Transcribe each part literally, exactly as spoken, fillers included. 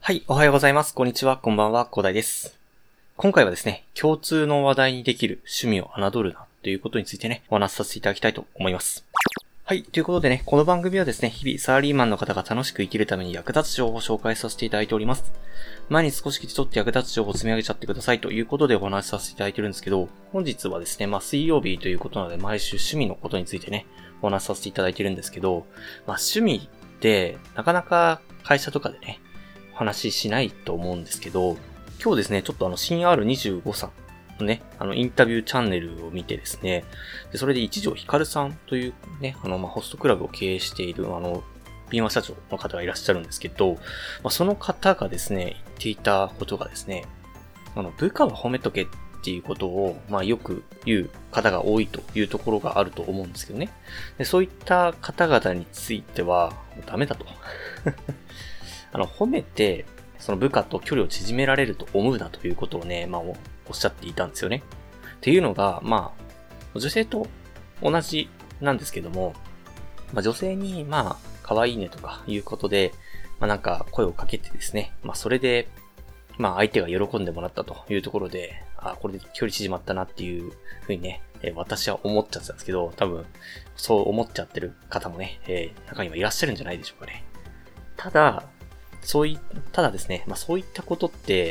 はい、おはようございます。こんにちは、こんばんは、広大です。今回はですね、共通の話題にできる趣味を侮るなということについてね、お話しさせていただきたいと思います。はい、ということでね、この番組はですね、日々サラリーマンの方が楽しく生きるために役立つ情報を紹介させていただいております。前に少しちょっと役立つ情報を積み上げちゃってくださいということでお話しさせていただいてるんですけど、本日はですね、まあ水曜日ということなので、毎週趣味のことについてね、お話しさせていただいてるんですけど、まあ趣味ってなかなか会社とかでね、お話ししないと思うんですけど、今日ですね、ちょっとあの、新 アールにじゅうご さんのね、あの、インタビューチャンネルを見てですね、でそれで一条ひかるさんというね、あの、まあ、ホストクラブを経営している、あの、敏腕社長の方がいらっしゃるんですけど、まあ、その方がですね、言っていたことがですね、あの、部下は褒めとけっていうことを、まあ、よく言う方が多いというところがあると思うんですけどね。でそういった方々については、ダメだと。あの、褒めて、その部下と距離を縮められると思うなということをね、まあ、おっしゃっていたんですよね。っていうのが、まあ、女性と同じなんですけども、まあ、女性に、まあ、可愛いねとかいうことで、まあ、なんか声をかけてですね、まあ、それで、まあ、相手が喜んでもらったというところで、あ、これで距離縮まったなっていうふうにね、えー、私は思っちゃってたんですけど、多分、そう思っちゃってる方もね、えー、中にはいらっしゃるんじゃないでしょうかね。ただ、そうい、ただですね、まあそういったことって、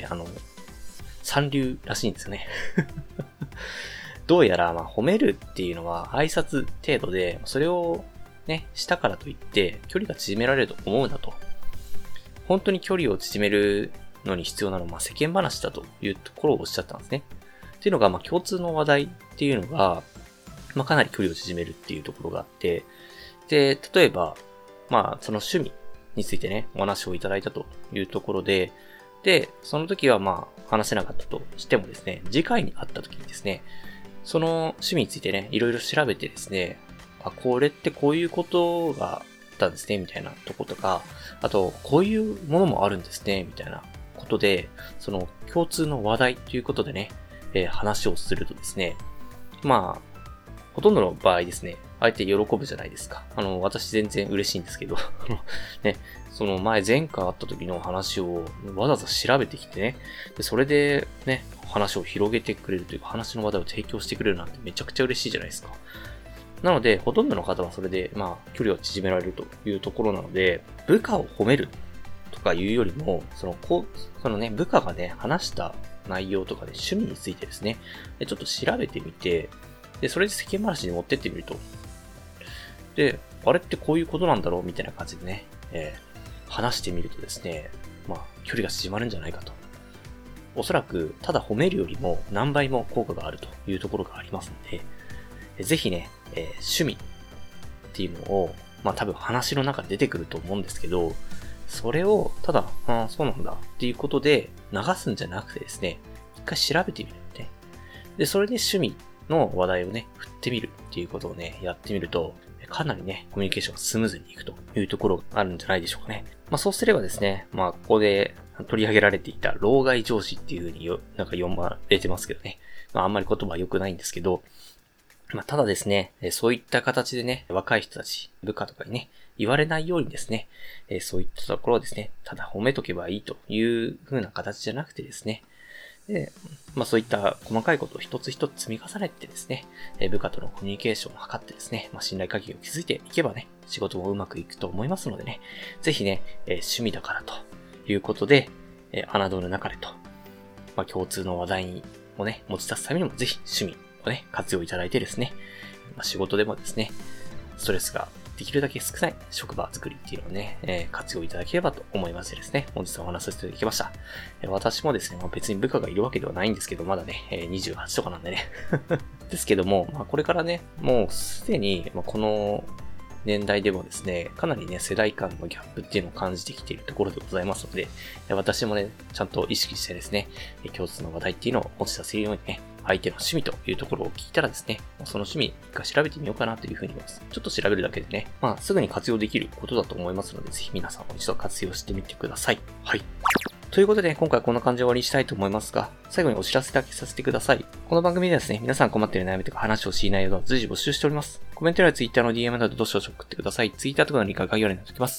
あの、三流らしいんですよね。どうやら、まあ褒めるっていうのは挨拶程度で、それをね、したからといって距離が縮められると思うなと。本当に距離を縮めるのに必要なのは、まあ世間話だというところをおっしゃったんですね。っていうのが、まあ共通の話題っていうのが、まあかなり距離を縮めるっていうところがあって、で、例えば、まあその趣味、についてね、お話をいただいたというところで、で、その時はまあ話せなかったとしてもですね、次回に会った時にですね、その趣味についてね、いろいろ調べてですね、あ、これってこういうことがあったんですね、みたいなとことか、あと、こういうものもあるんですね、みたいなことで、その共通の話題ということでね、えー、話をするとですね、まあ、ほとんどの場合ですね、相手喜ぶじゃないですか。あの、私全然嬉しいんですけど、ね、その前前回会った時の話をわざわざ調べてきてね、でそれでね、話を広げてくれるというか、話の話題を提供してくれるなんてめちゃくちゃ嬉しいじゃないですか。なので、ほとんどの方はそれで、まあ、距離を縮められるというところなので、部下を褒めるとかいうよりも、その、こう、そのね、部下がね、話した内容とかで趣味についてですね、ちょっと調べてみて、で、それで世間話に持ってってみると。で、あれってこういうことなんだろうみたいな感じでね、えー、話してみるとですね、まあ、距離が縮まるんじゃないかと。おそらく、ただ褒めるよりも何倍も効果があるというところがありますので、えぜひね、えー、趣味っていうのを、まあ多分話の中で出てくると思うんですけど、それをただ、ああ、そうなんだっていうことで流すんじゃなくてですね、一回調べてみるね。で、それで趣味の話題をね、振ってみるっていうことをね、やってみると、かなりね、コミュニケーションがスムーズにいくというところがあるんじゃないでしょうかね。まあそうすればですね、まあここで取り上げられていた老害上司っていう風によなんか読まれてますけどね。まああんまり言葉は良くないんですけど、まあただですね、そういった形でね、若い人たち、部下とかにね、言われないようにですね、そういったところをですね、ただ褒めとけばいいという風な形じゃなくてですね、で、まあそういった細かいことを一つ一つ積み重ねてですね、え部下とのコミュニケーションを図ってですね、まあ信頼関係を築いていけばね、仕事もうまくいくと思いますのでね、ぜひね、えー、趣味だからということで、えー、侮るなかれと、まあ共通の話題をね、持ち出すためにもぜひ趣味をね、活用いただいてですね、まあ仕事でもですね、ストレスができるだけ少ない職場作りっていうのをね、えー、活用いただければと思いましてですね、本日はお話しさせていただきました。えー、私もですね、まあ、別に部下がいるわけではないんですけど、まだね、えー、にじゅうはちとかなんでね。ですけども、まあ、これからね、もうすでに、まあ、この年代でもですね、かなりね、世代間のギャップっていうのを感じてきているところでございますので、私もね、ちゃんと意識してですね、共通の話題っていうのを持ち出せるようにね、相手の趣味というところを聞いたらですね、その趣味一回調べてみようかなというふうに思います。ちょっと調べるだけでね、まあすぐに活用できることだと思いますので、ぜひ皆さんも一度活用してみてください。はい。ということで、ね、今回はこんな感じで終わりにしたいと思いますが、最後にお知らせだけさせてください。この番組ではですね、皆さん困っている悩みとか話をしい内容など随時募集しております。コメントや Twitter の ディーエム などどしどし送ってください。Twitter とかのリンクは概要欄に載っておきます。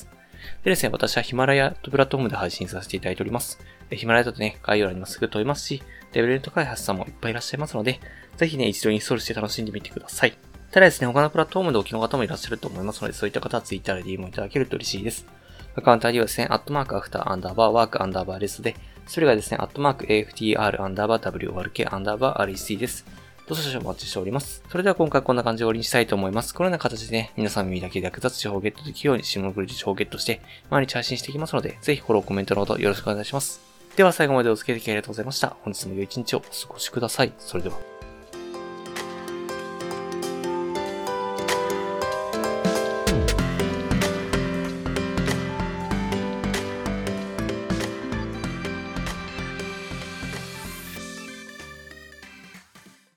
でですね、私はヒマラヤとプラットフォームで配信させていただいております。ヒマラヤだとね、概要欄にもすぐ飛べますし、レベルネット開発さんもいっぱいいらっしゃいますので、ぜひね、一度インストールして楽しんでみてください。ただですね、他のプラットフォームでお聞きの方もいらっしゃると思いますので、そういった方は Twitter で ディーエム をいただけると嬉しいです。アカウント アイディー はですね、アットマークアフターアンダーバーワークアンダーバーレスで、それがですね、アットマーク エーエフティーアール アンダーバー ダブリューオーアールケー アンダーバー アールイーシー です。どうぞ少々お待ちしております。それでは今回こんな感じで終わりにしたいと思います。このような形でね、皆さん耳だけで役立つ情報をゲットできるように、下のグル情報をゲットして、毎日配信していきますので、ぜひフォロー、コメントのほどよろしくお願いします。では最後までお付き合いありがとうございました。本日も良い一日をお過ごしください。それでは。